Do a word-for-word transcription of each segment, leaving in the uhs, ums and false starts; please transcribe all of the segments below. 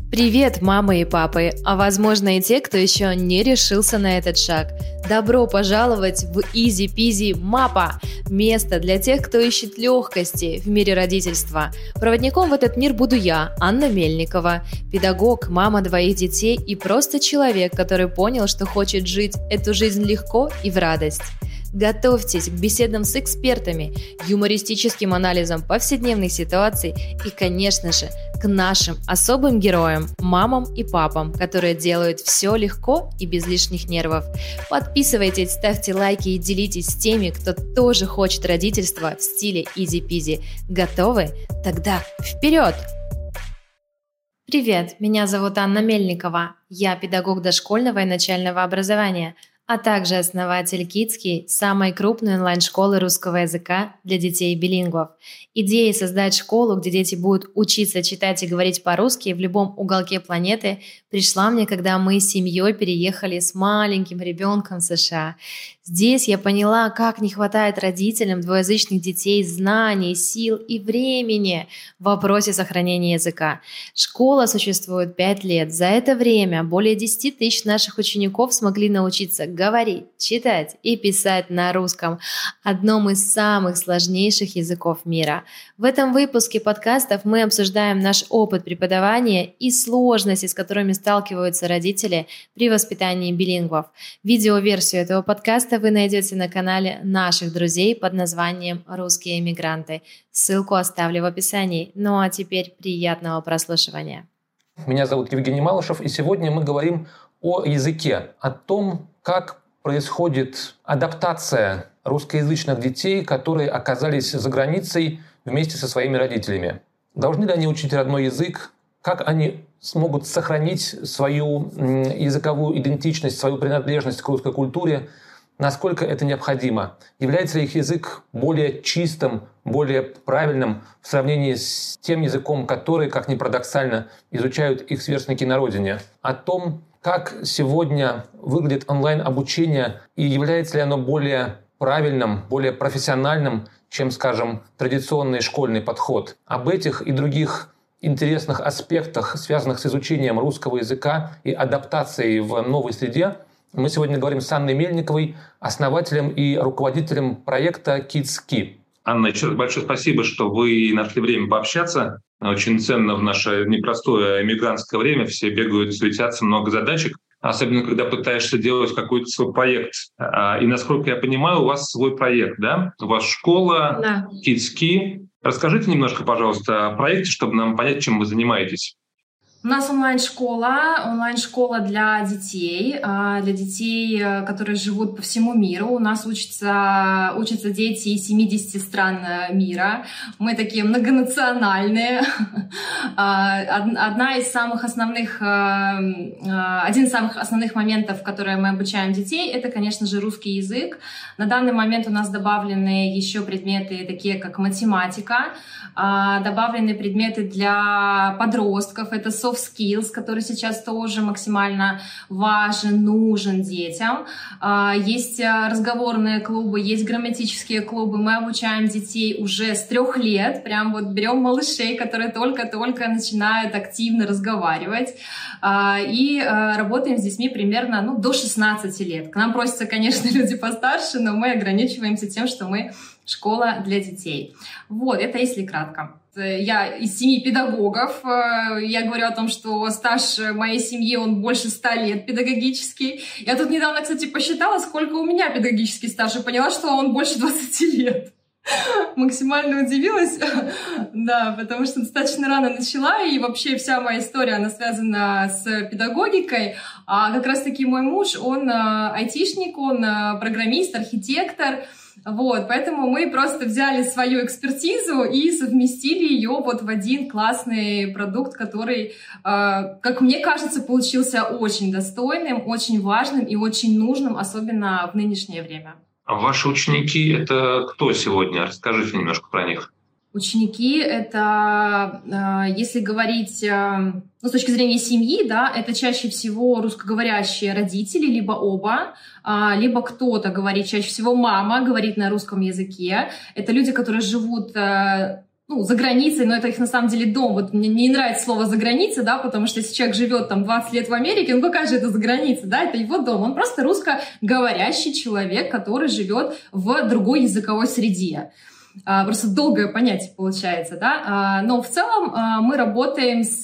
Привет, мамы и папы, а возможно и те, кто еще не решился на этот шаг. Добро пожаловать в Easy Peasy Мапа, место для тех, кто ищет легкости в мире родительства. Проводником в этот мир буду я, Анна Мельникова, педагог, мама двоих детей и просто человек, который понял, что хочет жить эту жизнь легко и в радость. Готовьтесь к беседам с экспертами, юмористическим анализом повседневных ситуаций и, конечно же, к нашим особым героям, мамам и папам, которые делают все легко и без лишних нервов. Подписывайтесь, ставьте лайки и делитесь с теми, кто тоже хочет родительства в стиле изи-пизи. Готовы? Тогда вперед! Привет, меня зовут Анна Мельникова. Я педагог дошкольного и начального образования, а также основатель Кидски, самой крупной онлайн-школы русского языка для детей-билингвов. Идея создать школу, где дети будут учиться читать и говорить по-русски в любом уголке планеты, пришла мне, когда мы с семьей переехали с маленьким ребенком в США. Здесь я поняла, как не хватает родителям двуязычных детей знаний, сил и времени в вопросе сохранения языка. Школа существует пять лет. За это время более десять тысяч наших учеников смогли научиться говорить, читать и писать на русском, одном из самых сложнейших языков мира. В этом выпуске подкастов мы обсуждаем наш опыт преподавания и сложности, с которыми сталкиваются родители при воспитании билингвов. Видеоверсию этого подкаста вы найдете на канале наших друзей под названием «Русские эмигранты». Ссылку оставлю в описании. Ну а теперь приятного прослушивания. Меня зовут Евгений Малышев, и сегодня мы говорим о языке, о том, как происходит адаптация русскоязычных детей, которые оказались за границей вместе со своими родителями. Должны ли они учить родной язык? Как они смогут сохранить свою языковую идентичность, свою принадлежность к русской культуре? Насколько это необходимо? Является ли их язык более чистым, более правильным в сравнении с тем языком, который, как ни парадоксально, изучают их сверстники на родине? О том, как сегодня выглядит онлайн-обучение и является ли оно более правильным, более профессиональным, чем, скажем, традиционный школьный подход. Об этих и других интересных аспектах, связанных с изучением русского языка и адаптацией в новой среде, мы сегодня говорим с Анной Мельниковой, основателем и руководителем проекта Кидски. Анна, еще раз большое спасибо, что вы нашли время пообщаться. Очень ценно в наше непростое эмигрантское время. Все бегают, суетятся, много задачек. Особенно, когда пытаешься делать какой-то свой проект. И, насколько я понимаю, у вас свой проект, да? У вас школа, да. Кидски. Расскажите немножко, пожалуйста, о проекте, чтобы нам понять, чем вы занимаетесь. У нас онлайн-школа, онлайн-школа для детей, для детей, которые живут по всему миру. У нас учатся, учатся дети из семидесяти стран мира. Мы такие многонациональные. Одна из самых основных, один из самых основных моментов, в которые мы обучаем детей, это, конечно же, русский язык. На данный момент у нас добавлены еще предметы, такие как математика, добавлены предметы для подростков, это soft skills, который сейчас тоже максимально важен, нужен детям. Есть разговорные клубы, есть грамматические клубы. Мы обучаем детей уже с трех лет. Прям вот берем малышей, которые только-только начинают активно разговаривать. И работаем с детьми примерно ну, до шестнадцати лет. К нам просятся, конечно, люди постарше, но мы ограничиваемся тем, что мы школа для детей. Вот, это если кратко. Я из семьи педагогов. Я говорю о том, что стаж моей семьи, он больше ста лет педагогический. Я тут недавно, кстати, посчитала, сколько у меня педагогический стаж, и поняла, что он больше двадцати лет. Максимально удивилась, да, потому что достаточно рано начала, и вообще вся моя история, она связана с педагогикой. А как раз-таки мой муж, он айтишник, он программист, архитектор. Вот, поэтому мы просто взяли свою экспертизу и совместили ее вот в один классный продукт, который, э, как мне кажется, получился очень достойным, очень важным и очень нужным, особенно в нынешнее время. А ваши ученики — это кто сегодня? Расскажите немножко про них. Ученики — это, э, если говорить э, ну, с точки зрения семьи, да, это чаще всего русскоговорящие родители, либо оба, э, либо кто-то говорит, чаще всего мама говорит на русском языке. Это люди, которые живут э, ну, за границей, но это их на самом деле дом. Вот мне не нравится слово «за границей», да, потому что если человек живет там двадцать лет в Америке, ну какая же это за граница, да, это его дом. Он просто русскоговорящий человек, который живет в другой языковой среде. А, просто долгое понятие получается, да. А, но в целом а, мы работаем с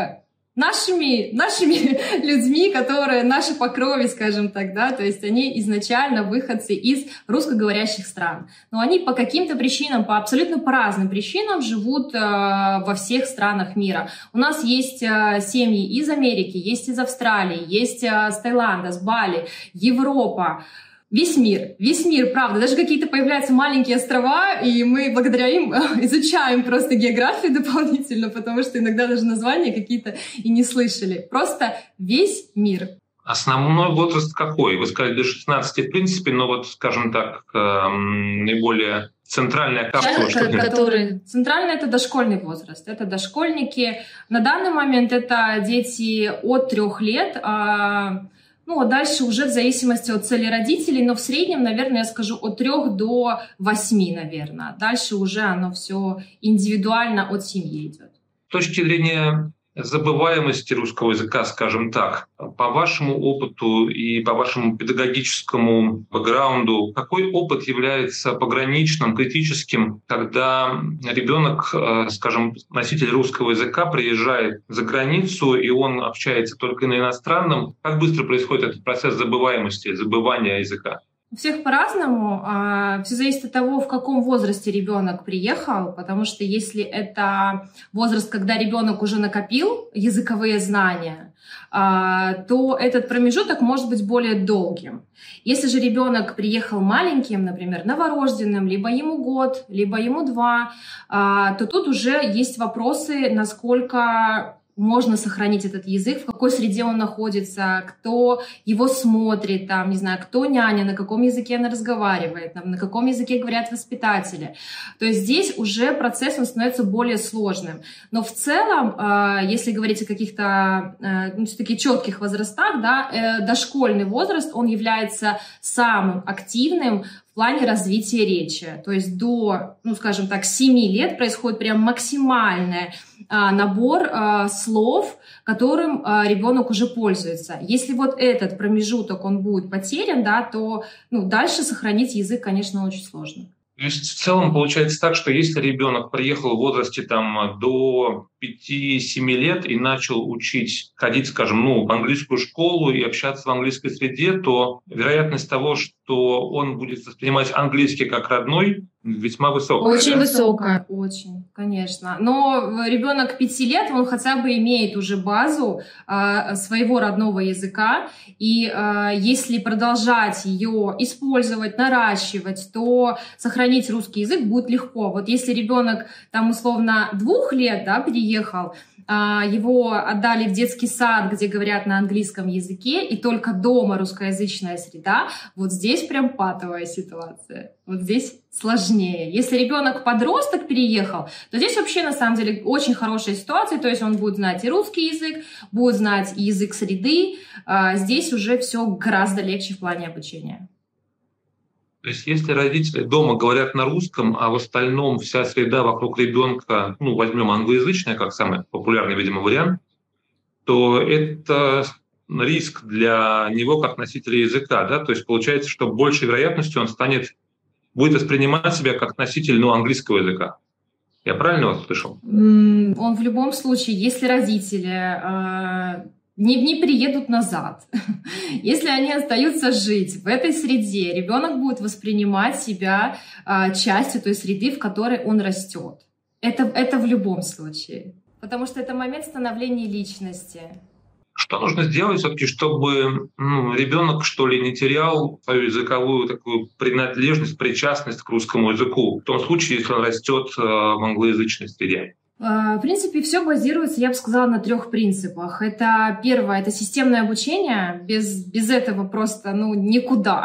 нашими, нашими людьми, которые наши по крови, скажем так, да, то есть они изначально выходцы из русскоговорящих стран. Но они по каким-то причинам, по абсолютно по разным причинам живут э, во всех странах мира. У нас есть э, семьи из Америки, есть из Австралии, есть э, с Таиланда, с Бали, Европа. Весь мир, весь мир, правда. Даже какие-то появляются маленькие острова, и мы благодаря им изучаем просто географию дополнительно, потому что иногда даже названия какие-то и не слышали. Просто весь мир. Основной возраст какой? Вы сказали до шестнадцати, в принципе, но вот, скажем так, наиболее центральная капсула. Который... Центральный — это дошкольный возраст, это дошкольники. На данный момент это дети от трех лет, а... Ну, а дальше уже в зависимости от цели родителей, но в среднем, наверное, я скажу от трех до восьми, наверное. Дальше уже оно все индивидуально от семьи идет. С точки зрения забываемости русского языка, скажем так, по вашему опыту и по вашему педагогическому бэкграунду, какой опыт является пограничным, критическим, когда ребенок, скажем, носитель русского языка приезжает за границу, и он общается только на иностранном? Как быстро происходит этот процесс забываемости, забывания языка? У всех по-разному. Все зависит от того, в каком возрасте ребенок приехал, потому что если это возраст, когда ребенок уже накопил языковые знания, то этот промежуток может быть более долгим. Если же ребенок приехал маленьким, например, новорожденным, либо ему год, либо ему два, то тут уже есть вопросы, насколько можно сохранить этот язык, в какой среде он находится, кто его смотрит, там, не знаю, кто няня, на каком языке она разговаривает, там, на каком языке говорят воспитатели. То есть здесь уже процесс он становится более сложным. Но в целом, если говорить о каких-то ну, все-таки четких возрастах, да, дошкольный возраст, он является самым активным в плане развития речи. То есть до, ну, скажем так, семи лет происходит прям максимальный а, набор а, слов, которым а, ребенок уже пользуется. Если вот этот промежуток он будет потерян, да, то ну, дальше сохранить язык, конечно, очень сложно. То есть в целом получается так, что если ребенок приехал в возрасте там, до пяти-семи лет и начал учить, ходить, скажем, ну, в английскую школу и общаться в английской среде, то вероятность того, что он будет воспринимать английский как родной, весьма высокая. Очень да? высокая. Очень, конечно. Но ребенок пяти лет, он хотя бы имеет уже базу э, своего родного языка, и э, если продолжать ее использовать, наращивать, то сохранить русский язык будет легко. Вот если ребенок там условно двух лет, да, переехал, его отдали в детский сад, где говорят на английском языке, и только дома русскоязычная среда, вот здесь прям патовая ситуация. Вот здесь сложнее. Если ребенок подросток переехал, то здесь вообще на самом деле очень хорошая ситуация, то есть он будет знать и русский язык, будет знать и язык среды. Здесь уже все гораздо легче в плане обучения. То есть если родители дома говорят на русском, а в остальном вся среда вокруг ребенка, ну, возьмем англоязычная как самый популярный, видимо, вариант, то это риск для него как носителя языка, да, то есть получается, что большей вероятностью он станет, будет воспринимать себя как носитель, ну, английского языка. Я правильно вас слышал? Он в любом случае, если родители... Не, не приедут назад. Если они остаются жить в этой среде, ребенок будет воспринимать себя а, частью той среды, в которой он растет. Это, это в любом случае. Потому что это момент становления личности. Что нужно сделать все-таки, чтобы ну, ребенок, что ли, не терял свою языковую такую принадлежность, причастность к русскому языку, в том случае, если он растет а, в англоязычной среде? В принципе, все базируется, я бы сказала, на трех принципах. Это первое, это системное обучение. Без, без этого просто ну, никуда.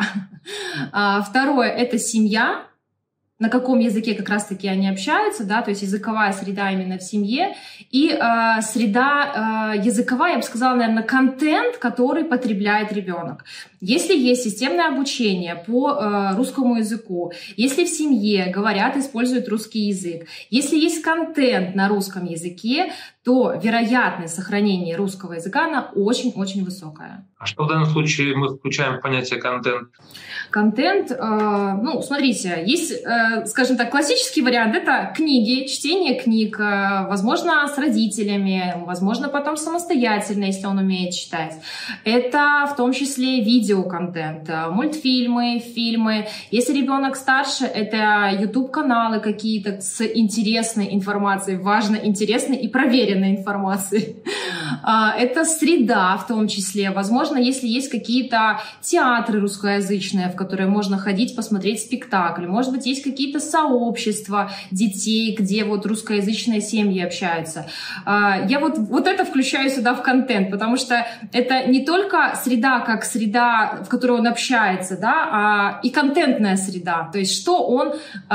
Второе, это семья, на каком языке как раз-таки они общаются, да, то есть языковая среда именно в семье. И э, среда э, языковая, я бы сказала, наверное, контент, который потребляет ребенок. Если есть системное обучение по э, русскому языку, если в семье говорят, используют русский язык, если есть контент на русском языке, то вероятность сохранения русского языка, она очень-очень высокая. А что в данном случае мы включаем в понятие контент? Контент, э, ну, смотрите, есть, э, скажем так, классический вариант — это книги, чтение книг, э, возможно, с родителями, возможно, потом самостоятельно, если он умеет читать. Это в том числе видеоконтент, мультфильмы, фильмы. Если ребенок старше, это YouTube-каналы какие-то с интересной информацией, важно, интересной и проверенной информацией. Это среда в том числе. Возможно, если есть какие-то театры русскоязычные, в которые можно ходить, посмотреть спектакли. Может быть, есть какие-то сообщества детей, где вот русскоязычные семьи общаются. Я вот, вот это включаю сюда в контент, потому что это не только среда как среда, в которой он общается, да, а и контентная среда. То есть что он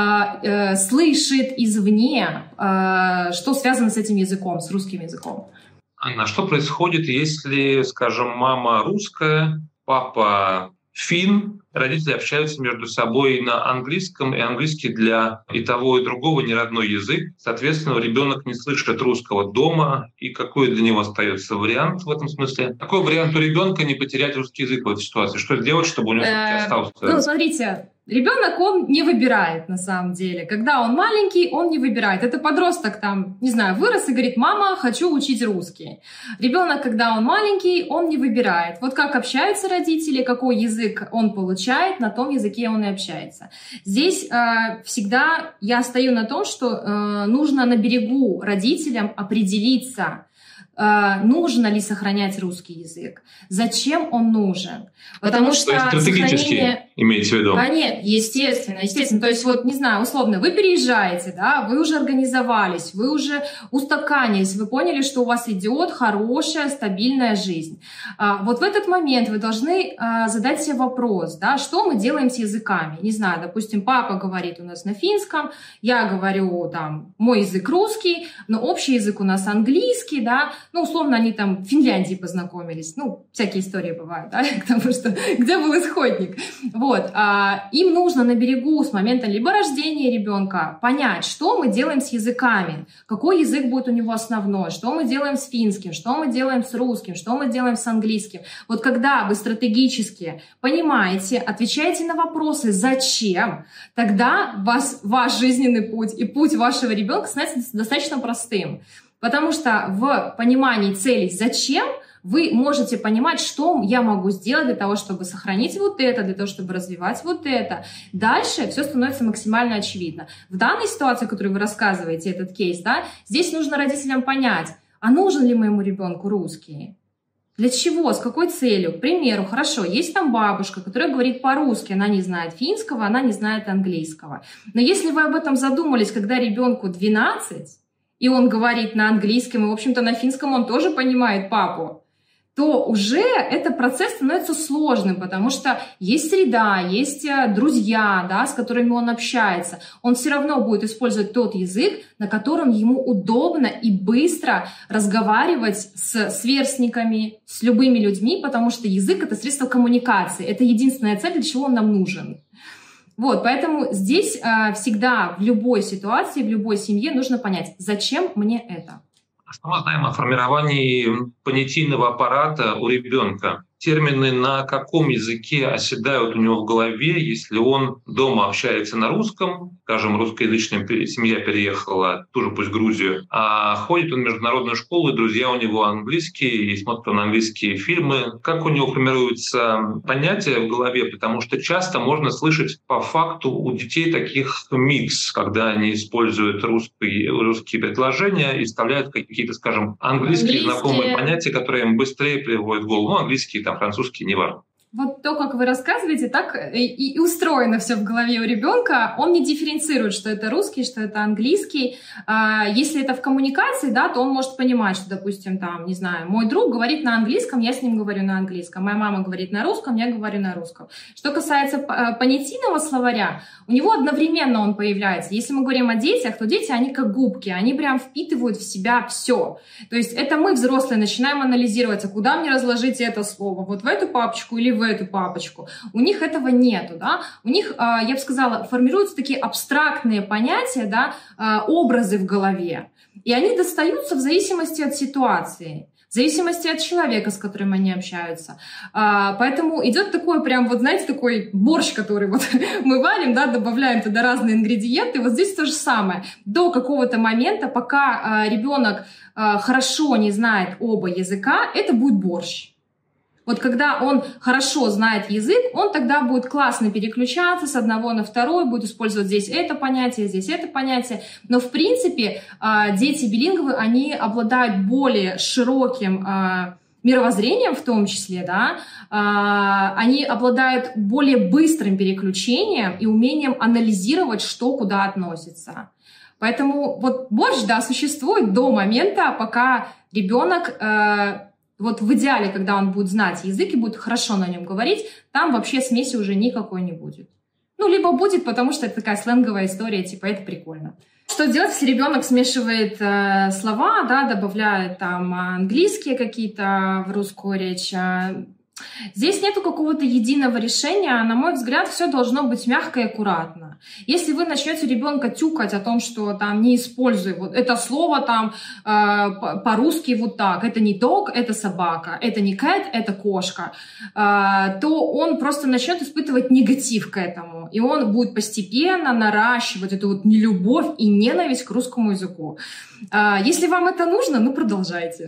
э, слышит извне, э, что связано с этим языком, с русским языком. Анна, что происходит, если, скажем, мама русская, папа финн, родители общаются между собой на английском, и английский для и того, и другого не родной язык. Соответственно, ребенок не слышит русского дома. И какой для него остается вариант в этом смысле? Какой вариант у ребенка не потерять русский язык в этой ситуации? Что сделать, чтобы у него все-таки остался? Ну, смотрите, ребенок, он не выбирает на самом деле. Когда он маленький, он не выбирает. Это подросток там, не знаю, вырос и говорит: мама, хочу учить русский. Ребенок, когда он маленький, он не выбирает. Вот как общаются родители, какой язык он получает, на том языке он и общается. Здесь э, всегда я стою на том, что э, нужно на берегу родителям определиться, э, нужно ли сохранять русский язык, зачем он нужен. Потому что стратегически сохранение... имеете в виду? Конечно, естественно, естественно. То есть вот, не знаю, условно, вы переезжаете, да, вы уже организовались, вы уже устаканились, вы поняли, что у вас идет хорошая, стабильная жизнь. А, вот в этот момент вы должны а, задать себе вопрос, да, что мы делаем с языками. Не знаю, допустим, папа говорит у нас на финском, я говорю, там, мой язык русский, но общий язык у нас английский, да, ну, условно, они там в Финляндии познакомились, ну, всякие истории бывают, да, потому что где был исходник. Вот, а, им нужно на берегу с момента либо рождения ребенка понять, что мы делаем с языками, какой язык будет у него основной, что мы делаем с финским, что мы делаем с русским, что мы делаем с английским. Вот когда вы стратегически понимаете, отвечаете на вопросы «зачем?», тогда вас, ваш жизненный путь и путь вашего ребенка становится достаточно простым. Потому что в понимании целей «зачем» вы можете понимать, что я могу сделать для того, чтобы сохранить вот это, для того, чтобы развивать вот это. Дальше все становится максимально очевидно. В данной ситуации, которую вы рассказываете, этот кейс, да, здесь нужно родителям понять, а нужен ли моему ребенку русский? Для чего? С какой целью? К примеру, хорошо, есть там бабушка, которая говорит по-русски, она не знает финского, она не знает английского. Но если вы об этом задумались, когда ребенку двенадцать, и он говорит на английском, и, в общем-то, на финском он тоже понимает папу, то уже этот процесс становится сложным, потому что есть среда, есть друзья, да, с которыми он общается. Он все равно будет использовать тот язык, на котором ему удобно и быстро разговаривать с сверстниками, с любыми людьми, потому что язык — это средство коммуникации, это единственная цель, для чего он нам нужен. Вот, поэтому здесь э, всегда в любой ситуации, в любой семье нужно понять, зачем мне это. Что мы знаем о формировании понятийного аппарата у ребенка? Термины на каком языке оседают у него в голове, если он дома общается на русском, скажем, русскоязычная семья переехала, тоже пусть в Грузию, а ходит он в международную школу, и друзья у него английские, и смотрят он английские фильмы. Как у него формируются понятия в голове? Потому что часто можно слышать по факту у детей таких микс, когда они используют русские, русские предложения и вставляют какие-то, скажем, английские, английские знакомые понятия, которые им быстрее приходят в голову. Ну, английские, там, французский, неважно. Вот то, как вы рассказываете, так и, и устроено все в голове у ребенка. Он не дифференцирует, что это русский, что это английский. А, если это в коммуникации, да, то он может понимать, что, допустим, там, не знаю, мой друг говорит на английском, я с ним говорю на английском. Моя мама говорит на русском, я говорю на русском. Что касается понятийного словаря, у него одновременно он появляется. Если мы говорим о детях, то дети, они как губки, они прям впитывают в себя все. То есть это мы, взрослые, начинаем анализировать, а куда мне разложить это слово? Вот в эту папочку или в в эту папочку. У них этого нету, да. У них, я бы сказала, формируются такие абстрактные понятия, да, образы в голове. И они достаются в зависимости от ситуации, в зависимости от человека, с которым они общаются. А, поэтому идет такой прям, вот знаете, такой борщ, который вот мы варим, да, добавляем туда разные ингредиенты. Вот здесь то же самое. До какого-то момента, пока а, ребенок а, хорошо не знает оба языка, это будет борщ. Вот когда он хорошо знает язык, он тогда будет классно переключаться с одного на второй, будет использовать здесь это понятие, здесь это понятие. Но, в принципе, дети билингвы, они обладают более широким мировоззрением в том числе, да, они обладают более быстрым переключением и умением анализировать, что куда относится. Поэтому вот борщ, да, существует до момента, пока ребенок... Вот в идеале, когда он будет знать язык и будет хорошо на нем говорить, там вообще смеси уже никакой не будет. Ну, либо будет, потому что это такая сленговая история, типа, это прикольно. Что делать, если ребенок смешивает э, слова, да, добавляет там английские какие-то в русскую речь? Здесь нету какого-то единого решения. На мой взгляд, все должно быть мягко и аккуратно. Если вы начнете ребенка тюкать о том, что там не используй вот это слово там э, по-русски вот так, это не дог, это собака, это не cat, это кошка, э, то он просто начнет испытывать негатив к этому. И он будет постепенно наращивать эту вот нелюбовь и ненависть к русскому языку. Э, если вам это нужно, ну продолжайте.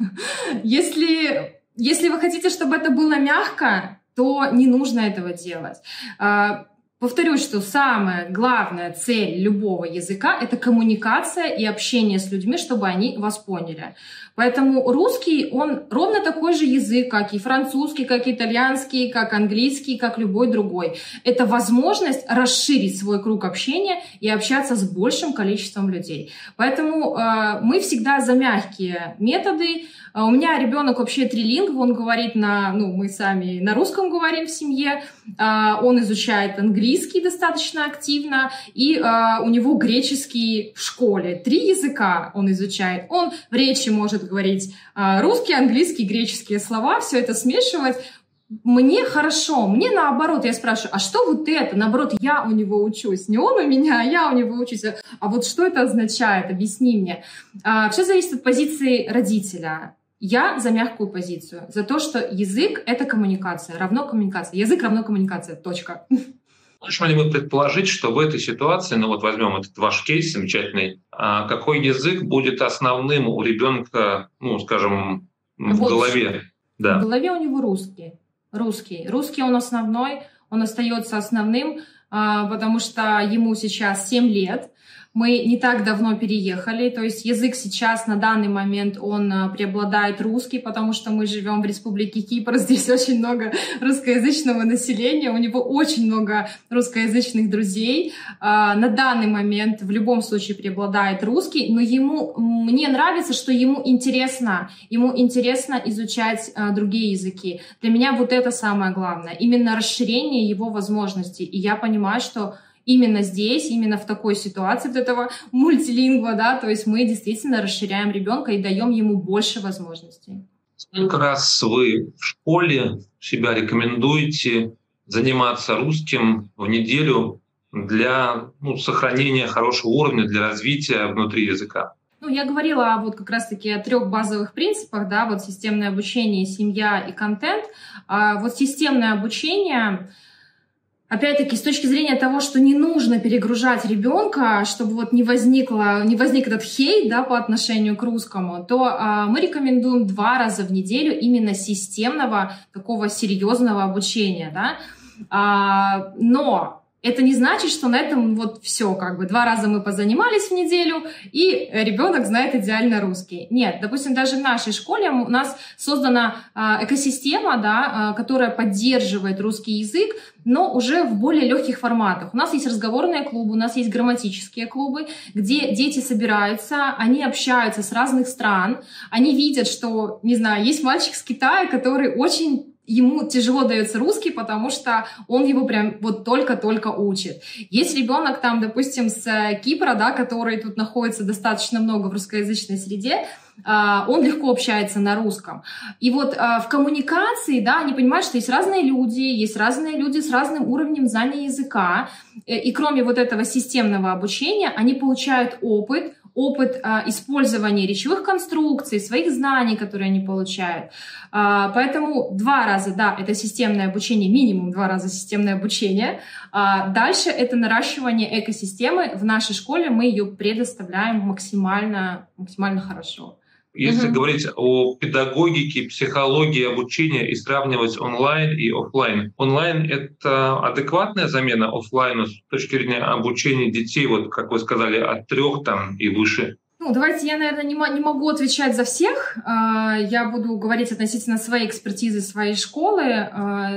Если... Если вы хотите, чтобы это было мягко, то не нужно этого делать. Повторюсь, что самая главная цель любого языка — это коммуникация и общение с людьми, чтобы они вас поняли. Поэтому русский, он ровно такой же язык, как и французский, как и итальянский, как английский, как любой другой. Это возможность расширить свой круг общения и общаться с большим количеством людей. Поэтому э, мы всегда за мягкие методы. У меня ребенок вообще трилингв, он говорит на, ну, мы сами на русском говорим в семье, он изучает английский достаточно активно, и у него греческий в школе. Три языка он изучает. Он в речи может говорить русский, английский, греческие слова, все это смешивать. Мне хорошо, мне наоборот, я спрашиваю, а что вот это? Наоборот, я у него учусь, не он у меня, а я у него учусь. А вот что это означает? Объясни мне. Все зависит от позиции родителя. Я за мягкую позицию, за то, что язык — это коммуникация, равно коммуникация. Язык равно коммуникация, точка. Можем ли мы предположить, что в этой ситуации, ну вот возьмем этот ваш кейс замечательный, какой язык будет основным у ребенка, ну, скажем, в вот голове? Да. В голове у него русский. Русский. Русский он основной, он остается основным, потому что ему сейчас семь лет. Мы не так давно переехали, то есть язык сейчас на данный момент он преобладает русский, потому что мы живем в Республике Кипр, здесь очень много русскоязычного населения, у него очень много русскоязычных друзей. На данный момент в любом случае преобладает русский, но ему, мне нравится, что ему интересно, ему интересно изучать другие языки. Для меня вот это самое главное, именно расширение его возможностей, и я понимаю, что именно здесь, именно в такой ситуации вот этого мультилингва, да, то есть мы действительно расширяем ребенка и даем ему больше возможностей. Сколько раз вы в школе себя рекомендуете заниматься русским в неделю для, ну, сохранения хорошего уровня, для развития внутри языка? Ну, я говорила вот как раз-таки о трех базовых принципах, да, вот системное обучение, семья и контент. А вот системное обучение... Опять-таки, с точки зрения того, что не нужно перегружать ребенка, чтобы вот не, возникло, не возник этот хейт, да, по отношению к русскому, то а, мы рекомендуем два раза в неделю именно системного, такого серьезного обучения. Да? А, но это не значит, что на этом вот все, как бы два раза мы позанимались в неделю, и ребенок знает идеально русский. Нет, допустим, даже в нашей школе у нас создана а, экосистема, да, а, которая поддерживает русский язык, но уже в более легких форматах. У нас есть разговорные клубы, у нас есть грамматические клубы, где дети собираются, они общаются с разных стран, они видят, что, не знаю, есть мальчик с Китая, который очень... Ему тяжело дается русский, потому что он его прям вот только-только учит. Есть ребенок там, допустим, с Кипра, да, который тут находится достаточно много в русскоязычной среде, он легко общается на русском. И вот в коммуникации, да, они понимают, что есть разные люди, есть разные люди с разным уровнем знания языка, и кроме вот этого системного обучения, они получают опыт, опыт а, использования речевых конструкций, своих знаний, которые они получают. А, поэтому два раза, да, это системное обучение, минимум два раза системное обучение. А дальше это наращивание экосистемы. В нашей школе мы ее предоставляем максимально, максимально хорошо. Если угу. говорить о педагогике, психологии обучения и сравнивать онлайн и офлайн, онлайн — это адекватная замена офлайну с точки зрения обучения детей, вот как вы сказали, от трех там и выше? Ну, давайте я, наверное, не, не могу отвечать за всех. Я буду говорить относительно своей экспертизы, своей школы.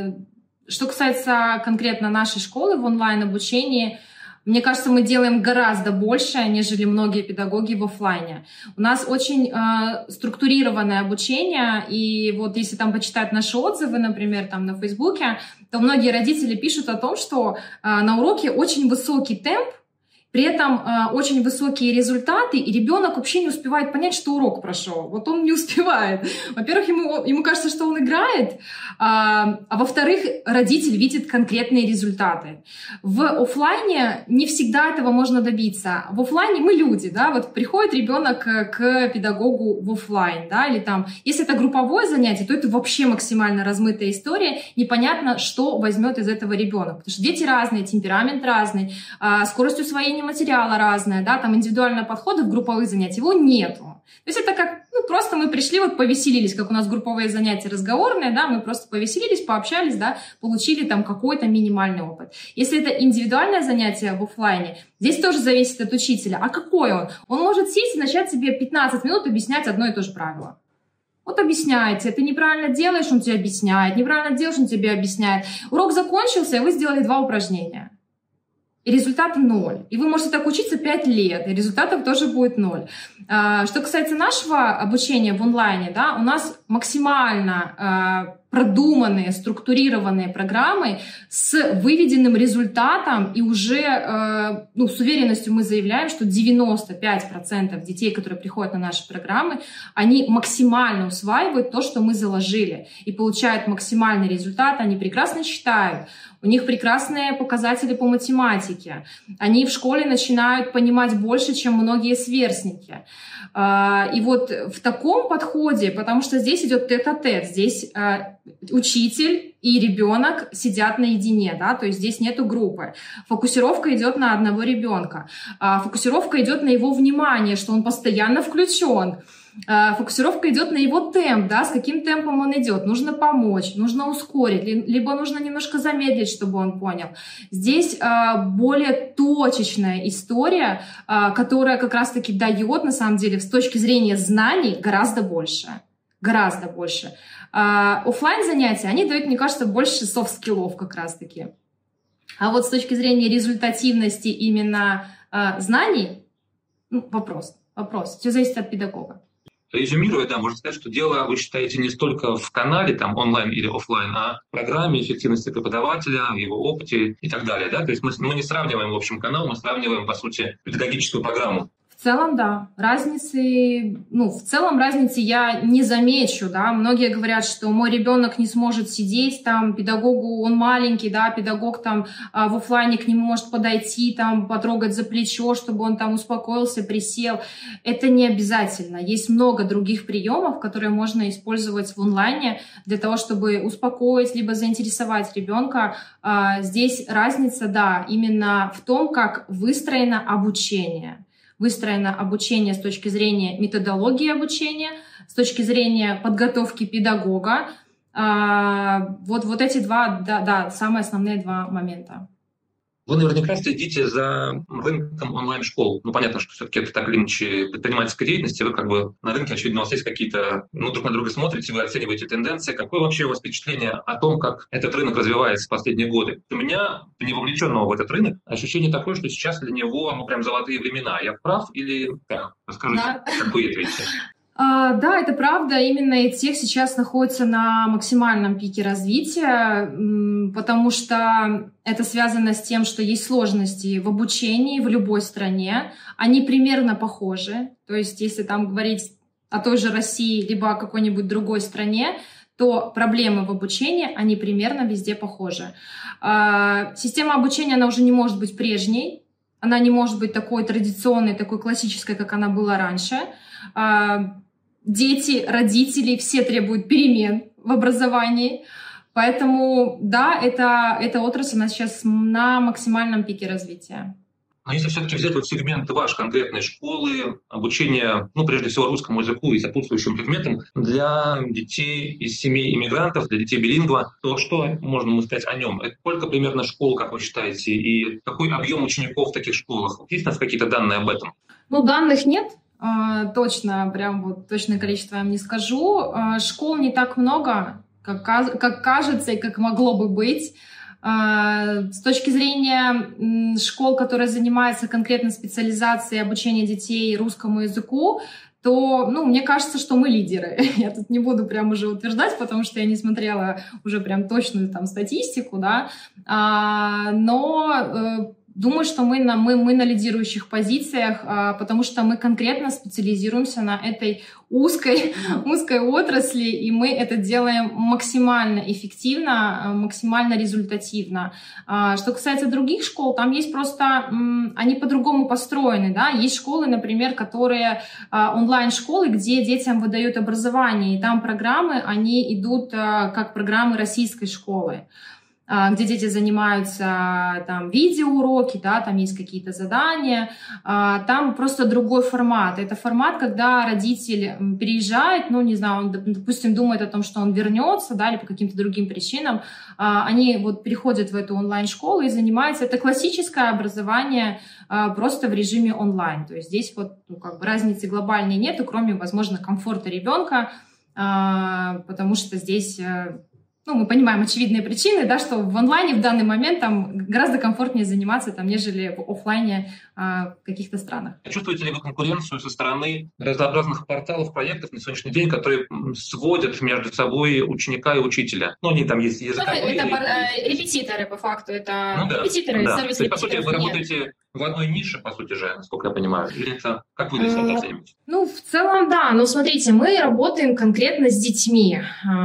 Что касается конкретно нашей школы в онлайн-обучении, мне кажется, мы делаем гораздо больше, нежели многие педагоги в офлайне. У нас очень э, структурированное обучение, и вот если там почитать наши отзывы, например, там на Фейсбуке, то многие родители пишут о том, что э, на уроке очень высокий темп, при этом э, очень высокие результаты, и ребенок вообще не успевает понять, что урок прошел. Вот он не успевает. Во-первых, ему, ему кажется, что он играет, а, а во-вторых, родитель видит конкретные результаты. В офлайне не всегда этого можно добиться. В офлайне мы люди, да, вот приходит ребенок к педагогу в офлайн, да, или там, если это групповое занятие, то это вообще максимально размытая история, непонятно, что возьмет из этого ребенок, потому что дети разные, темперамент разный, а, скорость усвоения материала разная, да, там индивидуального подхода в групповых занятиях его нету. То есть это как, ну, просто мы пришли, вот повеселились, как у нас групповые занятия разговорные, да, мы просто повеселились, пообщались, да, получили там какой-то минимальный опыт. Если это индивидуальное занятие в офлайне, здесь тоже зависит от учителя. А какой он? Он может сесть и начать себе пятнадцать минут объяснять одно и то же правило. Вот объясняйте, ты неправильно делаешь, он тебе объясняет, неправильно делаешь, он тебе объясняет. Урок закончился, и вы сделали два упражнения. И результат ноль. И вы можете так учиться пять лет, и результатов тоже будет ноль. Что касается нашего обучения в онлайне, да, у нас максимально продуманные, структурированные программы с выведенным результатом, и уже ну, с уверенностью мы заявляем, что девяносто пять процентов детей, которые приходят на наши программы, они максимально усваивают то, что мы заложили, и получают максимальный результат, они прекрасно читают, у них прекрасные показатели по математике, они в школе начинают понимать больше, чем многие сверстники. И вот в таком подходе, потому что здесь идет тет-а-тет, здесь учитель и ребенок сидят наедине, да, то есть здесь нету группы. Фокусировка идет на одного ребенка. Фокусировка идет на его внимание, что он постоянно включен. Фокусировка идет на его темп, да, с каким темпом он идет. Нужно помочь, нужно ускорить, либо нужно немножко замедлить, чтобы он понял. Здесь более точечная история, которая как раз-таки дает, на самом деле, с точки зрения знаний, гораздо больше. Гораздо больше. Оффлайн занятия, они дают, мне кажется, больше софт-скиллов как раз-таки. А вот с точки зрения результативности именно знаний, ну, вопрос, вопрос. Все зависит от педагога. Резюмируя, да, можно сказать, что дело, вы считаете, не столько в канале, там, онлайн или офлайн, а в программе, эффективности преподавателя, его опыте и так далее, да? То есть мы, мы не сравниваем, в общем, канал, мы сравниваем, по сути, педагогическую программу. В целом, да. Разницы, ну, в целом разницы я не замечу, да. Многие говорят, что мой ребенок не сможет сидеть, там, педагогу, он маленький, да, педагог там в офлайне к нему может подойти, там, потрогать за плечо, чтобы он там успокоился, присел. Это не обязательно. Есть много других приемов, которые можно использовать в онлайне для того, чтобы успокоить, либо заинтересовать ребенка. Здесь разница, да, именно в том, как выстроено обучение. Выстроено обучение с точки зрения методологии обучения, с точки зрения подготовки педагога. Вот, вот эти два, да, да, самые основные два момента. Вы наверняка следите за рынком онлайн-школ. Ну, понятно, что все-таки это так или иначе предпринимательская деятельность, вы как бы на рынке, очевидно, у вас есть какие-то, ну, друг на друга смотрите, вы оцениваете тенденции. Какое вообще у вас впечатление о том, как этот рынок развивается в последние годы? У меня, не вовлеченного в этот рынок, ощущение такое, что сейчас для него, ну, прям золотые времена. Я прав или как? Расскажите, да. Как вы ответите? А, да, это правда. Именно EdTech сейчас находится на максимальном пике развития, потому что это связано с тем, что есть сложности в обучении в любой стране. Они примерно похожи. То есть, если там говорить о той же России, либо о какой-нибудь другой стране, то проблемы в обучении, они примерно везде похожи. Система обучения, она уже не может быть прежней, она не может быть такой традиционной, такой классической, как она была раньше. Дети, родители, все требуют перемен в образовании. Поэтому, да, это, эта отрасль, она сейчас на максимальном пике развития. Но если все-таки взять вот сегмент ваш конкретной школы, обучение, ну, прежде всего, русскому языку и сопутствующим предметам для детей из семей иммигрантов, для детей билингва, то что можно сказать о нем? Это сколько примерно школ, как вы считаете, и какой объем учеников в таких школах? Есть у нас какие-то данные об этом? Ну, данных нет. Точно, прям вот точное количество я вам не скажу. Школ не так много, как, как кажется и как могло бы быть. С точки зрения школ, которые занимаются конкретно специализацией обучения детей русскому языку, то, ну, мне кажется, что мы лидеры. Я тут не буду прям уже утверждать, потому что я не смотрела уже прям точную там статистику, да, но думаю, что мы на, мы, мы на лидирующих позициях, потому что мы конкретно специализируемся на этой узкой, узкой отрасли, и мы это делаем максимально эффективно, максимально результативно. Что касается других школ, там есть просто, они по-другому построены, да, есть школы, например, которые онлайн-школы, где детям выдают образование, и там программы, они идут как программы российской школы, где дети занимаются, там, видеоуроки, да, там есть какие-то задания, там просто другой формат. Это формат, когда родитель переезжает, ну, не знаю, он, допустим, думает о том, что он вернется, да, или по каким-то другим причинам, они вот переходят в эту онлайн-школу и занимаются. Это классическое образование просто в режиме онлайн. То есть здесь вот, ну, как бы разницы глобальной нету, кроме, возможно, комфорта ребенка, потому что здесь... Ну, мы понимаем очевидные причины, да, что в онлайне в данный момент там гораздо комфортнее заниматься, там, нежели в офлайне а, в каких-то странах. Чувствуете ли вы конкуренцию со стороны разнообразных порталов, проектов на сегодняшний день, которые сводят между собой ученика и учителя? Ну, они там есть языковые... Это, это репетиторы, по факту, это ну, да, репетиторы, да. сервис То есть, по сути, вы нет. работаете в одной нише, по сути же, насколько я понимаю. Или это... Как вы это оцениваете? Ну, в целом, да. Но смотрите, мы работаем конкретно с детьми.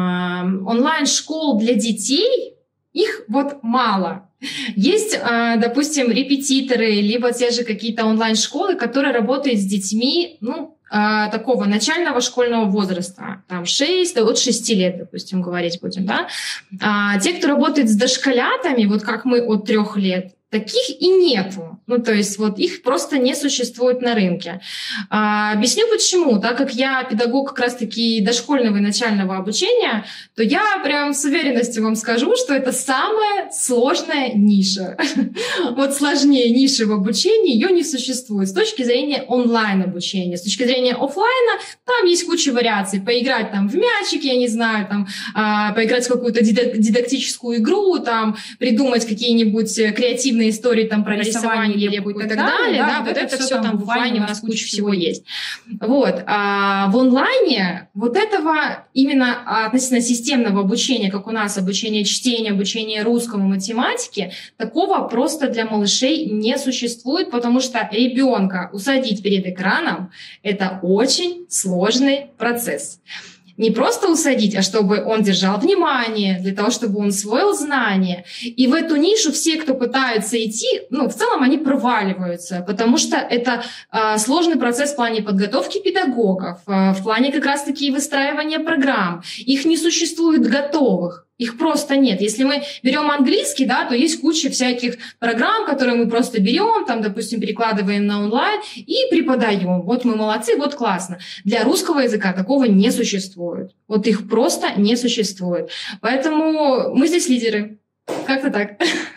Онлайн-школ для детей, их вот мало. Есть, допустим, репетиторы, либо те же какие-то онлайн-школы, которые работают с детьми, ну, такого начального школьного возраста, там шесть, от шести лет, допустим, говорить будем, да. А те, кто работает с дошколятами, вот как мы от трех лет, таких и нету. Ну, то есть вот их просто не существует на рынке. А, объясню почему. Так как я педагог как раз-таки дошкольного и начального обучения, то я прям с уверенностью вам скажу, что это самая сложная ниша. Вот сложнее ниши в обучении ее не существует. С точки зрения онлайн-обучения. С точки зрения офлайна там есть куча вариаций. Поиграть там в мячик, я не знаю, там, а, поиграть в какую-то дидактическую игру, там, придумать какие-нибудь креативные истории там про рисование, лепку и так далее, да, да, вот, вот это, это все там в офлайне у нас куча всего есть. Вот. А в онлайне вот этого именно относительно системного обучения, как у нас обучение чтению, обучение русскому, математике, такого просто для малышей не существует, потому что ребенка усадить перед экраном — это очень сложный процесс. Не просто усадить, а чтобы он держал внимание, для того, чтобы он усвоил знания. И в эту нишу все, кто пытаются идти, ну, в целом они проваливаются, потому что это э, сложный процесс в плане подготовки педагогов, э, в плане как раз-таки выстраивания программ. Их не существует готовых. Их просто нет. Если мы берем английский, да, то есть куча всяких программ, которые мы просто берем, там, допустим, перекладываем на онлайн и преподаем. Вот мы молодцы, вот классно. Для русского языка такого не существует. Вот их просто не существует. Поэтому мы здесь лидеры. Как-то так.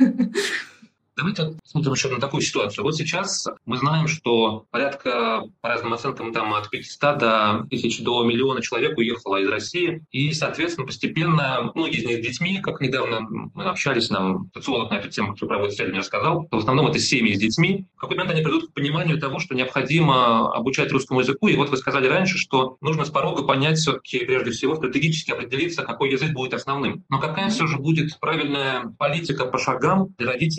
Давайте смотрим еще на такую ситуацию. Вот сейчас мы знаем, что порядка, по разным оценкам, там, от пятисот до тысячи до миллиона человек уехало из России. И, соответственно, постепенно, многие из них детьми, как недавно мы общались, нам социолог на эту тему, который проводит исследование, рассказал, что в основном это семьи с детьми. В какой момент они придут к пониманию того, что необходимо обучать русскому языку. И вот вы сказали раньше, что нужно с порога понять все-таки, прежде всего, стратегически определиться, какой язык будет основным. Но какая все же будет правильная политика по шагам для родителей,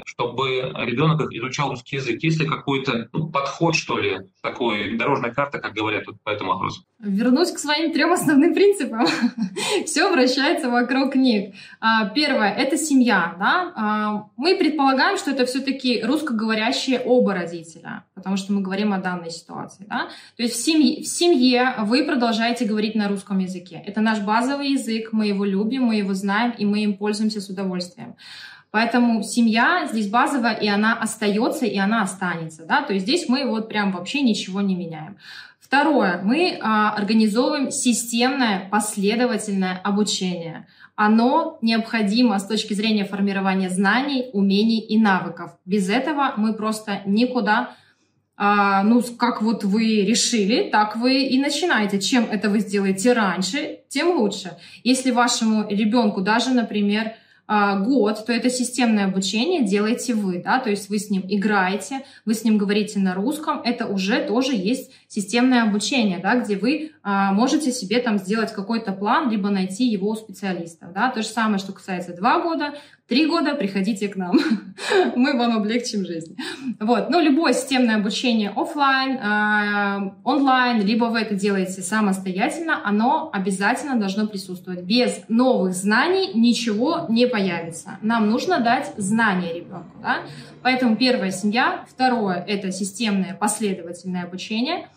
чтобы ребенок изучал русский язык? Есть ли какой-то ну, подход, что ли, такой, дорожная карта, как говорят вот по этому вопросу? Вернусь к своим трем основным принципам. Все вращается вокруг них. Первое — это семья. Да? Мы предполагаем, что это все-таки русскоговорящие оба родителя, потому что мы говорим о данной ситуации. Да? То есть в семье, в семье вы продолжаете говорить на русском языке. Это наш базовый язык, мы его любим, мы его знаем, и мы им пользуемся с удовольствием. Поэтому семья здесь базовая, и она остается, и она останется. Да? То есть здесь мы вот прям вообще ничего не меняем. Второе. Мы а, организовываем системное, последовательное обучение. Оно необходимо с точки зрения формирования знаний, умений и навыков. Без этого мы просто никуда, а, ну, как вот вы решили, так вы и начинаете. Чем это вы сделаете раньше, тем лучше. Если вашему ребенку даже, например, год, то это системное обучение делаете вы, да, то есть вы с ним играете, вы с ним говорите на русском, это уже тоже есть системное обучение, да, где вы а, можете себе там сделать какой-то план, либо найти его у специалистов, да, то же самое, что касается два года, три года, приходите к нам, мы вам облегчим жизнь. Вот, ну, любое системное обучение офлайн, э, онлайн, либо вы это делаете самостоятельно, оно обязательно должно присутствовать. Без новых знаний ничего не появится. Нам нужно дать знания ребенку, да? Поэтому первое — семья, второе — это системное последовательное обучение.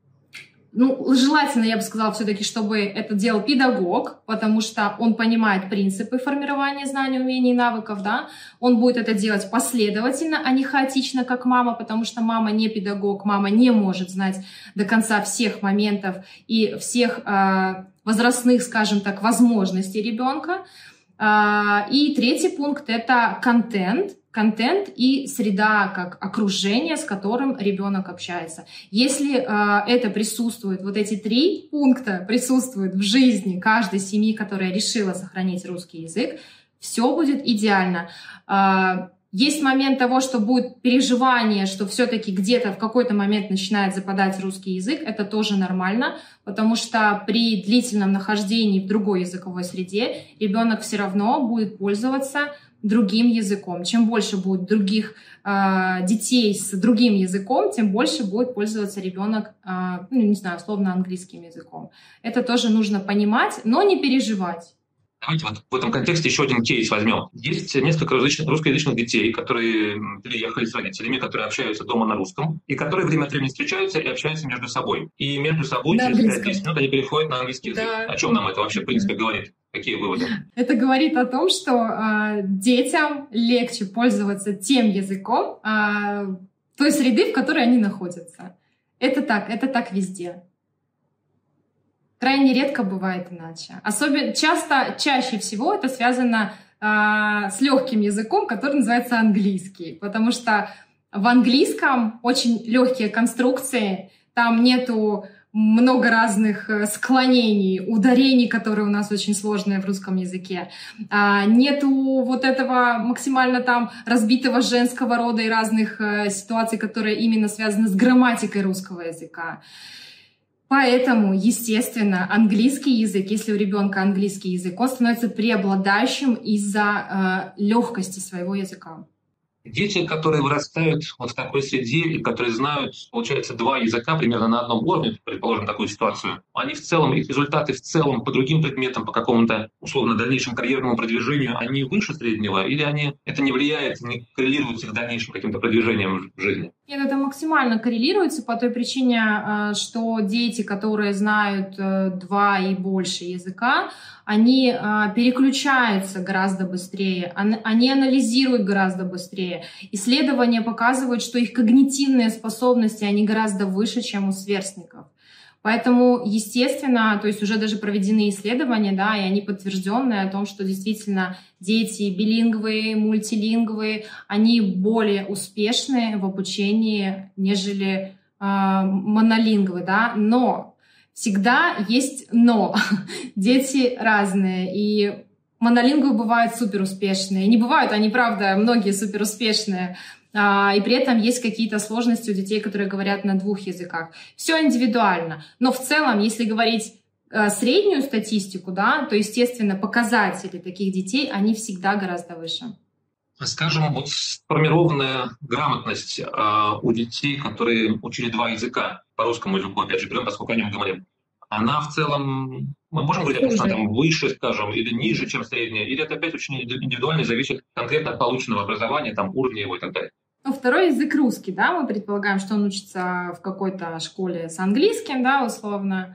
Ну, желательно, я бы сказала, все-таки, чтобы это делал педагог, потому что он понимает принципы формирования знаний, умений и навыков, да. Он будет это делать последовательно, а не хаотично, как мама, потому что мама не педагог, мама не может знать до конца всех моментов и всех э, возрастных, скажем так, возможностей ребенка. Э, и третий пункт — это контент. Контент и среда как окружение, с которым ребенок общается. Если э, это присутствует, вот эти три пункта присутствуют в жизни каждой семьи, которая решила сохранить русский язык, все будет идеально. Э, есть момент того, что будет переживание, что все-таки где-то в какой-то момент начинает западать русский язык, это тоже нормально, потому что при длительном нахождении в другой языковой среде ребенок все равно будет пользоваться другим языком. Чем больше будет других э, детей с другим языком, тем больше будет пользоваться ребенок, э, ну, не знаю, условно английским языком. Это тоже нужно понимать, но не переживать. Давайте вот в этом контексте еще один кейс возьмем. Есть несколько русскоязычных детей, которые переехали с родителями, которые общаются дома на русском, и которые время от времени встречаются и общаются между собой. И между собой через пять-десять минут они переходят на английский язык. Да. О чем нам это вообще, в принципе, говорит? Какие выводы? Это говорит о том, что э, детям легче пользоваться тем языком э, той среды, в которой они находятся. Это так, это так везде. Крайне редко бывает иначе. Особенно часто, чаще всего это связано э, с легким языком, который называется английский, потому что в английском очень легкие конструкции, там нету много разных склонений, ударений, которые у нас очень сложные в русском языке. А, нету вот этого максимально там разбитого женского рода и разных э, ситуаций, которые именно связаны с грамматикой русского языка. Поэтому, естественно, английский язык, если у ребенка английский язык, он становится преобладающим из-за э, легкости своего языка. Дети, которые вырастают вот в такой среде и которые знают, получается, два языка примерно на одном уровне, предположим, такую ситуацию, они в целом, их результаты в целом по другим предметам, по какому-то, условно, дальнейшему карьерному продвижению, они выше среднего, или они, это не влияет, не коррелирует с их дальнейшим каким-то продвижением в жизни? Нет, это максимально коррелируется по той причине, что дети, которые знают два и больше языка, они переключаются гораздо быстрее, они анализируют гораздо быстрее. Исследования показывают, что их когнитивные способности, они гораздо выше, чем у сверстников. Поэтому, естественно, то есть уже даже проведены исследования, да, и они подтвержденные о том, что действительно дети билингвы, мультилингвы, они более успешны в обучении, нежели э, монолингвы, да, но всегда есть но. Дети разные, и монолингвы бывают суперуспешные. Не бывают, они, правда, многие суперуспешные. И при этом есть какие-то сложности у детей, которые говорят на двух языках. Все индивидуально. Но в целом, если говорить среднюю статистику, да, то, естественно, показатели таких детей, они всегда гораздо выше. Скажем, вот сформированная грамотность э, у детей, которые учили два языка, по русскому языку, опять же, берем, поскольку о нем говорим, она в целом, мы можем говорить, что она там выше, скажем, или ниже, чем средняя, или это опять очень индивидуально зависит конкретно от полученного образования, там, уровня его и так далее. Ну, второй язык русский, да, мы предполагаем, что он учится в какой-то школе с английским, да, условно.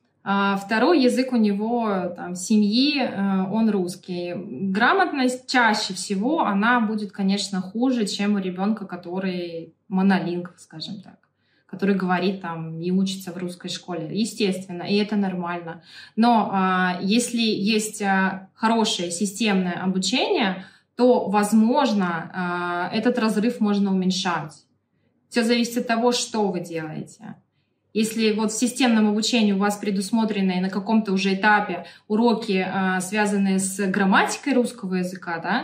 А второй язык у него, там, семьи, он русский. Грамотность чаще всего, она будет, конечно, хуже, чем у ребенка, который монолингв, скажем так, который говорит там и учится в русской школе. Естественно, и это нормально. Но а, если есть а, хорошее системное обучение, то, возможно, а, этот разрыв можно уменьшать. Все зависит от того, что вы делаете. Если вот в системном обучении у вас предусмотрены на каком-то уже этапе уроки, а, связанные с грамматикой русского языка, да,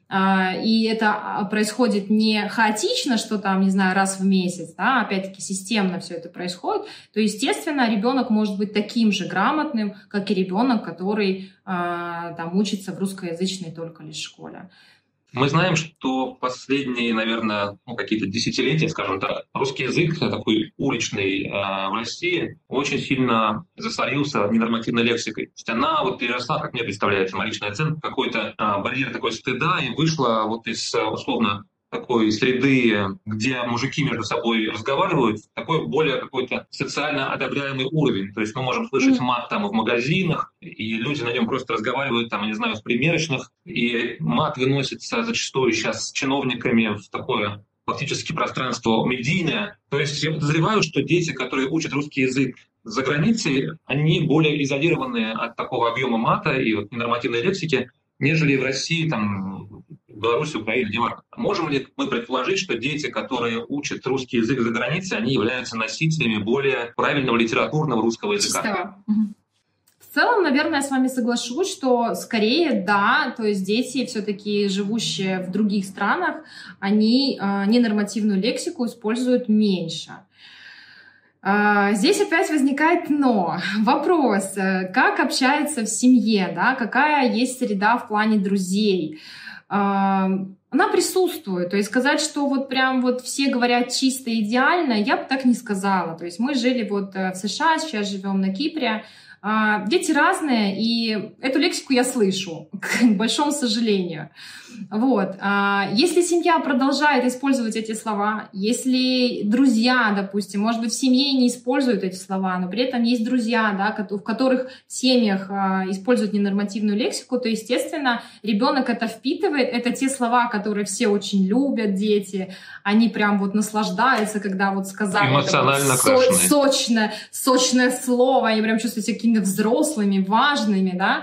а, и это происходит не хаотично, что там, не знаю, раз в месяц, да, опять-таки системно все это происходит, то, естественно, ребенок может быть таким же грамотным, как и ребенок, который а, там учится в русскоязычной только лишь школе. Мы знаем, что последние, наверное, ну, какие-то десятилетия, скажем так, русский язык, такой уличный э, в России, очень сильно засорился ненормативной лексикой. То есть она вот переросла, как мне представляется, моя личная оценка, какой-то э, барьер такой стыда, и вышла вот из, условно, такой среды, где мужики между собой разговаривают, такой более какой-то социально одобряемый уровень. То есть мы можем слышать мат там в магазинах, и люди на нем просто разговаривают, там, я не знаю, в примерочных, и мат выносится зачастую сейчас чиновниками в такое фактически пространство медийное. То есть я подозреваю, что дети, которые учат русский язык за границей, они более изолированы от такого объема мата и вот ненормативной лексики, нежели в России, там, в Беларуси, Украине, неважно. Можем ли мы предположить, что дети, которые учат русский язык за границей, они являются носителями более правильного литературного русского языка? Чистого. В целом, наверное, я с вами соглашусь, что скорее да, то есть дети, все-таки живущие в других странах, они э, ненормативную лексику используют меньше. Здесь опять возникает «но». Вопрос, как общаются в семье, да? Какая есть среда в плане друзей? Она присутствует. То есть сказать, что вот прям вот все говорят чисто идеально, я бы так не сказала. То есть мы жили вот в США, сейчас живем на Кипре. Дети разные, и эту лексику я слышу, к большому сожалению. Вот. Если семья продолжает использовать эти слова, если друзья, допустим, может быть, в семье не используют эти слова, но при этом есть друзья, да, в которых в семьях используют ненормативную лексику, то, естественно, ребенок это впитывает. Это те слова, которые все очень любят, дети. Они прям вот наслаждаются, когда вот сказали эмоционально вот со- сочное, сочное слово, они прям чувствуют себя какими-то взрослыми, важными, да.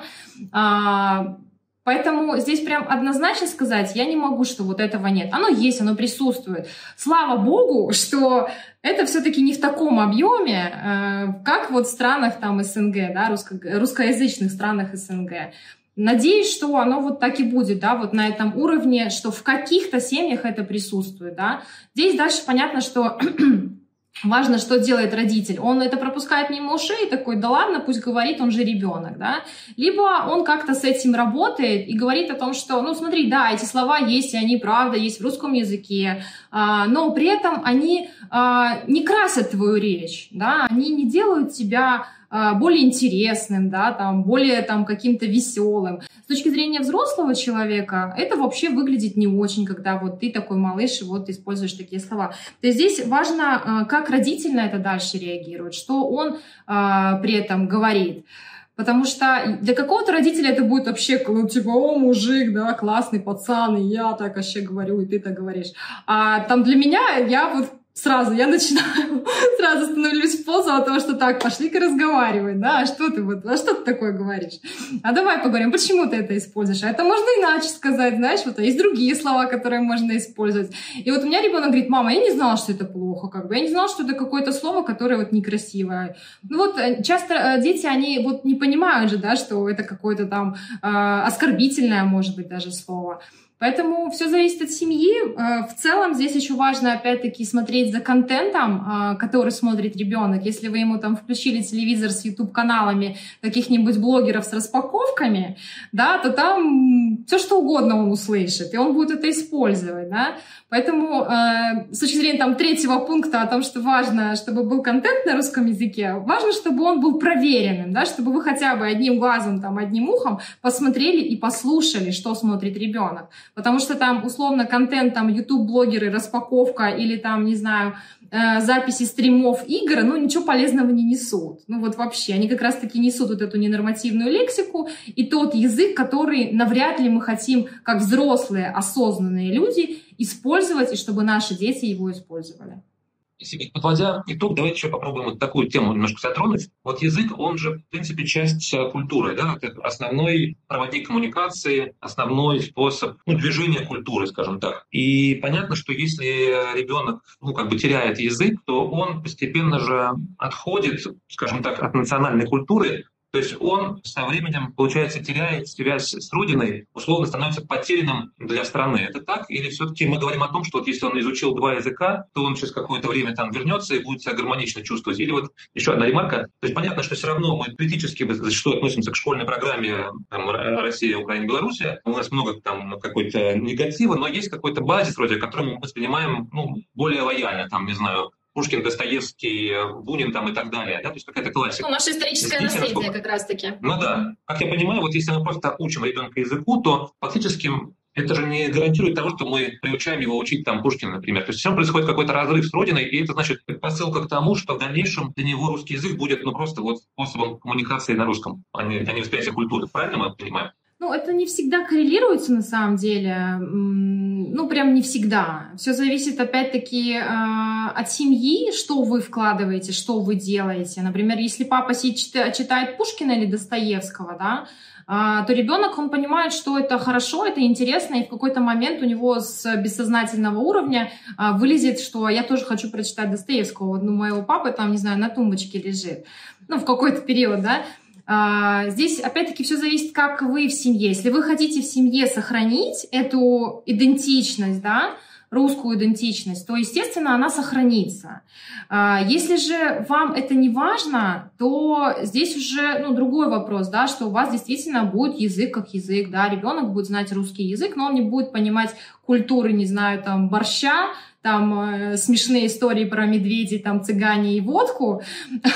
А, поэтому здесь прям однозначно сказать я не могу, что вот этого нет. Оно есть, оно присутствует. Слава богу, что это все-таки не в таком объеме, э, как вот в странах там СНГ, да, русско- русскоязычных странах СНГ. Надеюсь, что оно вот так и будет, да, вот на этом уровне, что в каких-то семьях это присутствует, да. Здесь дальше понятно, что важно, что делает родитель. Он это пропускает мимо ушей и такой, да ладно, пусть говорит, он же ребенок, да. Либо он как-то с этим работает и говорит о том, что, ну смотри, да, эти слова есть, и они правда есть в русском языке, но при этом они не красят твою речь, да, они не делают тебя более интересным, да, там, более там, каким-то веселым. С точки зрения взрослого человека это вообще выглядит не очень, когда вот ты такой малыш и вот используешь такие слова. То есть здесь важно, как родитель на это дальше реагирует, что он а, при этом говорит. Потому что для какого-то родителя это будет вообще, ну, типа, о, мужик, да, классный пацан, и я так вообще говорю, и ты так говоришь. А там для меня, я вот Сразу я начинаю, сразу становлюсь в позу от того, что так, пошли-ка разговаривать, да, а что ты вот, а что ты такое говоришь? А давай поговорим, почему ты это используешь? А это можно иначе сказать, знаешь, вот а есть другие слова, которые можно использовать. И вот у меня ребенок говорит, мама, я не знала, что это плохо, как бы, я не знала, что это какое-то слово, которое вот некрасивое. Ну вот часто дети, они вот не понимают же, да, что это какое-то там э, оскорбительное, может быть, даже слово. Поэтому все зависит от семьи. В целом здесь еще важно, опять-таки, смотреть за контентом, который смотрит ребенок. Если вы ему там включили телевизор с ютуб-каналами каких-нибудь блогеров с распаковками, да, то там все что угодно он услышит, и он будет это использовать, да. Поэтому э, с точки зрения там, третьего пункта о том, что важно, чтобы был контент на русском языке, важно, чтобы он был проверенным, да, чтобы вы хотя бы одним глазом, там, одним ухом посмотрели и послушали, что смотрит ребенок. Потому что там, условно, контент, там, YouTube-блогеры, распаковка или там, не знаю, э, записи стримов игр, ну, ничего полезного не несут. Ну, вот вообще. Они как раз-таки несут вот эту ненормативную лексику и тот язык, который навряд ли мы хотим, как взрослые, осознанные люди, использовать, и чтобы наши дети его использовали. Подводя итог, давайте еще попробуем вот такую тему немножко затронуть. Вот язык, он же, в принципе, часть культуры, да, это основной проводник коммуникации, основной способ, ну, движения культуры, скажем так. И понятно, что если ребенок, ну, как бы теряет язык, то он постепенно же отходит, скажем так, от национальной культуры. То есть он со временем, получается, теряет связь с родиной, условно становится потерянным для страны. Это так? Или все-таки мы говорим о том, что вот если он изучил два языка, то он через какое-то время там вернется и будет себя гармонично чувствовать? Или вот еще одна ремарка. То есть понятно, что все равно мы критически зачастую относимся к школьной программе там, Россия, Украина, Белоруссия. У нас много там какой-то негатива, но есть какой-то базис, вроде, который мы воспринимаем ну, более лояльно, там, не знаю, Пушкин, Достоевский, Бунин там и так далее. Да? То есть какая-то классика. Ну, наше историческое наследие как раз-таки. Ну да. Как я понимаю, вот если мы просто учим ребенка языку, то фактически это же не гарантирует того, что мы приучаем его учить там Пушкина, например. То есть все равно происходит какой-то разрыв с родиной, и это значит посылка к тому, что в дальнейшем для него русский язык будет ну просто вот способом коммуникации на русском, а не, а не восприятия культуры. Правильно мы понимаем? Ну, это не всегда коррелируется на самом деле. Ну, прям не всегда. Все зависит, опять-таки, от семьи, что вы вкладываете, что вы делаете. Например, если папа читает Пушкина или Достоевского, да, то ребенок, он понимает, что это хорошо, это интересно, и в какой-то момент у него с бессознательного уровня вылезет, что я тоже хочу прочитать Достоевского. Вот, ну, моего папы там, не знаю, на тумбочке лежит. Ну, в какой-то период, да. Здесь, опять-таки, все зависит, как вы в семье. Если вы хотите в семье сохранить эту идентичность, да, русскую идентичность, то, естественно, она сохранится. Если же вам это не важно, то здесь уже ну, другой вопрос, да, что у вас действительно будет язык как язык, да, ребенок будет знать русский язык, но он не будет понимать культуры, не знаю, там, борща, там э, смешные истории про медведей, там цыгане и водку,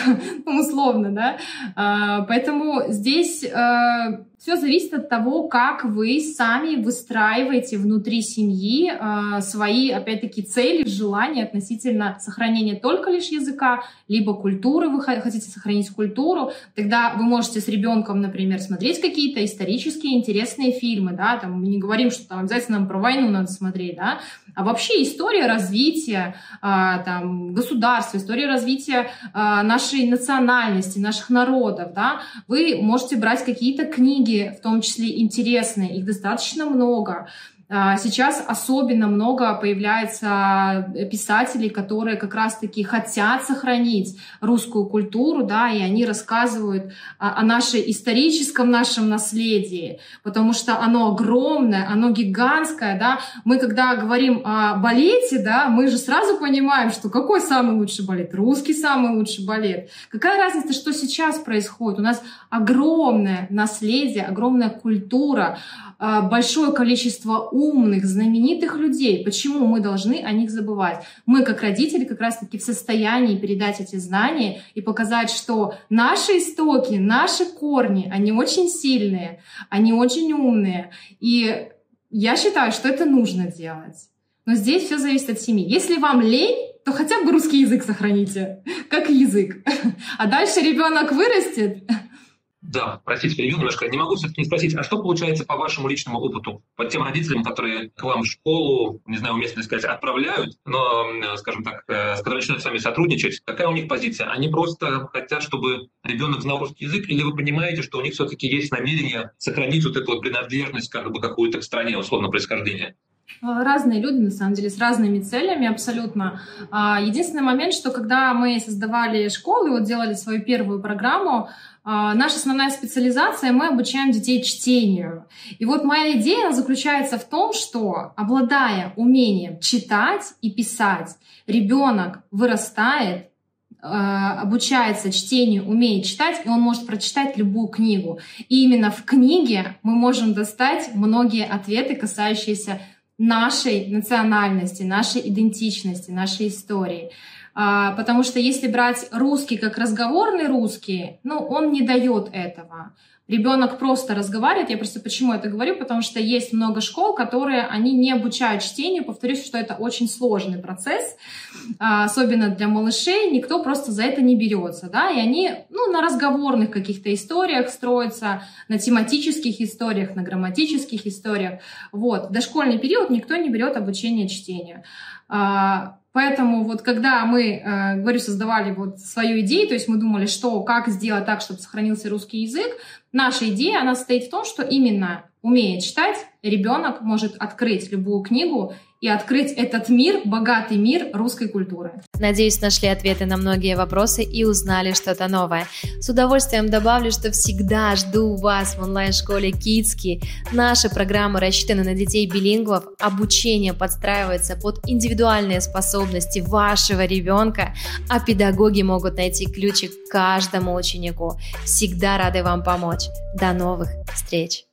ну, условно, да. А, поэтому здесь э, все зависит от того, как вы сами выстраиваете внутри семьи э, свои, опять-таки, цели, желания относительно сохранения только лишь языка, либо культуры, вы хотите сохранить культуру, тогда вы можете с ребенком, например, смотреть какие-то исторические интересные фильмы, да, там мы не говорим, что там обязательно про войну надо смотреть, да, а вообще история развития а, там, государства, история развития а, нашей национальности, наших народов, да, вы можете брать какие-то книги, в том числе интересные, их достаточно много. Сейчас особенно много появляется писателей, которые как раз-таки хотят сохранить русскую культуру, да, и они рассказывают о нашей историческом нашем наследии, потому что оно огромное, оно гигантское, да. Мы, когда говорим о балете, да, мы же сразу понимаем, что какой самый лучший балет? Русский самый лучший балет. Какая разница, что сейчас происходит? У нас огромное наследие, огромная культура, большое количество умных, знаменитых людей. Почему мы должны о них забывать? Мы, как родители, как раз-таки в состоянии передать эти знания и показать, что наши истоки, наши корни, они очень сильные, они очень умные. И я считаю, что это нужно делать. Но здесь все зависит от семьи. Если вам лень, то хотя бы русский язык сохраните, как язык. А дальше ребенок вырастет. Да, простите, перебью немножко. Не могу все-таки не спросить, а что получается по вашему личному опыту? По тем родителям, которые к вам в школу, не знаю, уместно сказать, отправляют, но, скажем так, когда начинают с вами сотрудничать, какая у них позиция? Они просто хотят, чтобы ребенок знал русский язык, или вы понимаете, что у них все-таки есть намерение сохранить вот эту вот принадлежность как бы какую-то к стране, условно, происхождения? Разные люди, на самом деле, с разными целями абсолютно. Единственный момент, что когда мы создавали школу, вот делали свою первую программу, наша основная специализация, мы обучаем детей чтению. И вот моя идея заключается в том, что, обладая умением читать и писать, ребенок вырастает обучается чтению, умеет читать, и он может прочитать любую книгу. И именно в книге мы можем достать многие ответы, касающиеся нашей национальности, нашей идентичности, нашей истории. Потому что если брать русский как разговорный русский, ну, он не дает этого. Ребенок просто разговаривает. Я просто почему это говорю? Потому что есть много школ, которые они не обучают чтению. Повторюсь, что это очень сложный процесс, особенно для малышей. Никто просто за это не берется, да, и они, ну, на разговорных каких-то историях строятся, на тематических историях, на грамматических историях. Вот. В дошкольный период никто не берет обучение чтению. Поэтому вот когда мы, говорю, создавали вот свою идею, то есть мы думали, что, как сделать так, чтобы сохранился русский язык, наша идея, она состоит в том, что именно умея читать, ребенок может открыть любую книгу и открыть этот мир, богатый мир русской культуры. Надеюсь, нашли ответы на многие вопросы и узнали что-то новое. С удовольствием добавлю, что всегда жду вас в онлайн-школе Кидски. Наши программы рассчитаны на детей-билингвов. Обучение подстраивается под индивидуальные способности вашего ребенка, а педагоги могут найти ключик к каждому ученику. Всегда рады вам помочь. До новых встреч!